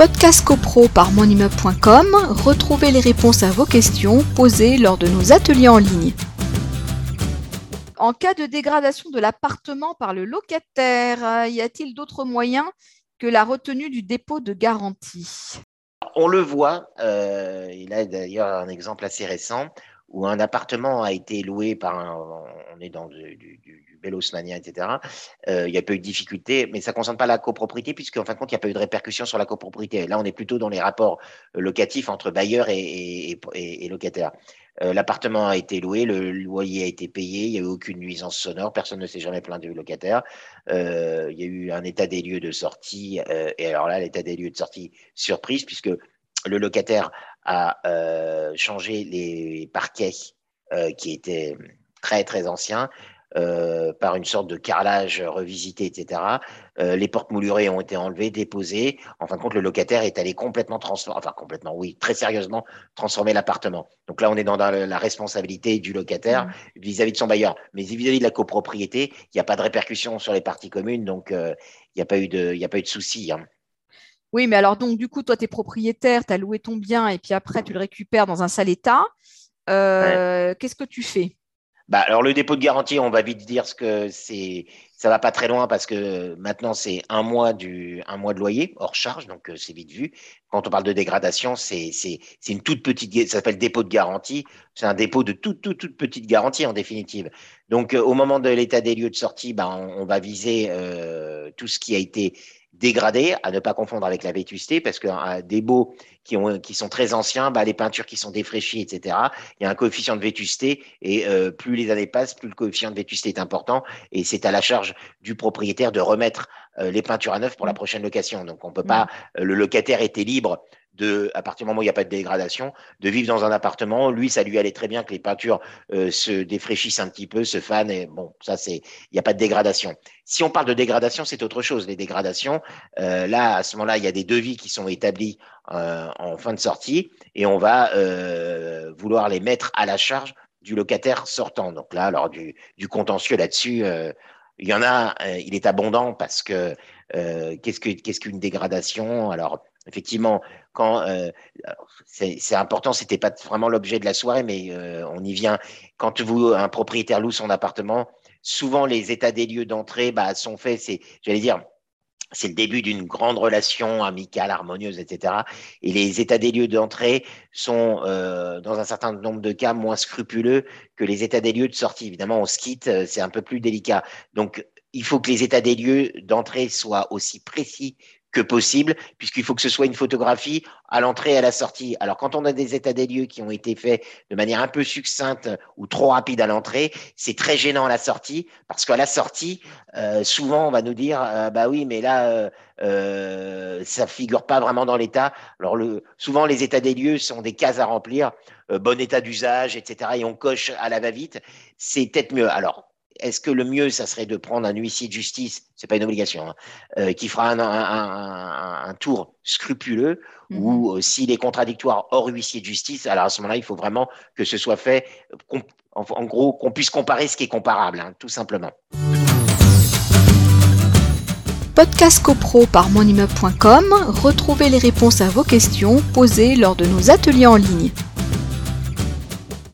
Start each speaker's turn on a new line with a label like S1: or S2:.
S1: Podcast CoPro par monimmeuble.com, retrouvez les réponses à vos questions posées lors de nos ateliers en ligne. En cas de dégradation de l'appartement par le locataire, y a-t-il d'autres moyens que la retenue du dépôt de garantie ?
S2: On le voit, il a d'ailleurs un exemple assez récent où un appartement a été loué on est dans du bel haussmannien, etc. Il n'y a pas eu de difficulté, mais ça ne concerne pas la copropriété puisqu'en fin de compte, il n'y a pas eu de répercussion sur la copropriété. Là, on est plutôt dans les rapports locatifs entre bailleurs et locataires. L'appartement a été loué, le loyer a été payé, il n'y a eu aucune nuisance sonore, personne ne s'est jamais plaint du locataire. Il y a eu un état des lieux de sortie, et alors là, l'état des lieux de sortie surprise, puisque le locataire a changé les parquets qui étaient très très anciens par une sorte de carrelage revisité, etc. Les portes moulurées ont été enlevées, déposées. En fin de compte, le locataire est allé très sérieusement transformer l'appartement. Donc là, on est dans la responsabilité du locataire vis-à-vis de son bailleur. Mais vis-à-vis de la copropriété, il n'y a pas de répercussion sur les parties communes, donc il n'y a pas eu de souci.
S1: Oui, mais alors donc du coup, toi, tu es propriétaire, tu as loué ton bien et puis après, tu le récupères dans un sale état.
S2: Ouais.
S1: Qu'est-ce que tu fais ?
S2: Alors le dépôt de garantie, on va vite dire ça va pas très loin parce que maintenant c'est un mois de loyer hors charge, donc c'est vite vu. Quand on parle de dégradation, c'est une toute petite, ça s'appelle dépôt de garantie. C'est un dépôt de toute petite garantie en définitive. Donc au moment de l'état des lieux de sortie, on va viser tout ce qui a été dégradé, à ne pas confondre avec la vétusté, parce que des baux qui sont très anciens, les peintures qui sont défraîchies, etc. Il y a un coefficient de vétusté et plus les années passent, plus le coefficient de vétusté est important et c'est à la charge du propriétaire de remettre les peintures à neuf pour la prochaine location. Donc on peut pas, le locataire était libre à partir du moment où il n'y a pas de dégradation, de vivre dans un appartement. Lui, ça lui allait très bien que les peintures se défraîchissent un petit peu, se fanent et bon, il n'y a pas de dégradation. Si on parle de dégradation, c'est autre chose. Les dégradations, là, à ce moment-là, il y a des devis qui sont établis en fin de sortie et on va vouloir les mettre à la charge du locataire sortant. Donc là, alors du contentieux là-dessus, il y en a, il est abondant parce que qu'est-ce qu'une dégradation ? Alors effectivement, quand c'est important, c'était pas vraiment l'objet de la soirée, mais on y vient. Quand un propriétaire loue son appartement, souvent les états des lieux d'entrée sont faits, c'est le début d'une grande relation amicale, harmonieuse, etc. Et les états des lieux d'entrée sont, dans un certain nombre de cas, moins scrupuleux que les états des lieux de sortie. Évidemment, on se quitte, c'est un peu plus délicat. Donc, il faut que les états des lieux d'entrée soient aussi précis que possible, puisqu'il faut que ce soit une photographie à l'entrée et à la sortie. Alors, quand on a des états des lieux qui ont été faits de manière un peu succincte ou trop rapide à l'entrée, c'est très gênant à la sortie, parce qu'à la sortie, souvent, on va nous dire, oui, mais là, ça figure pas vraiment dans l'état. Alors, souvent, les états des lieux sont des cases à remplir, bon état d'usage, etc. Et on coche à la va-vite. C'est peut-être mieux. Alors, est-ce que le mieux, ça serait de prendre un huissier de justice, c'est pas une obligation, qui fera un tour scrupuleux, ou s'il est contradictoire hors huissier de justice, alors à ce moment-là, il faut vraiment que ce soit fait, en gros, qu'on puisse comparer ce qui est comparable, tout simplement.
S1: Podcast CoPro par monimmeuble.com, retrouvez les réponses à vos questions posées lors de nos ateliers en ligne.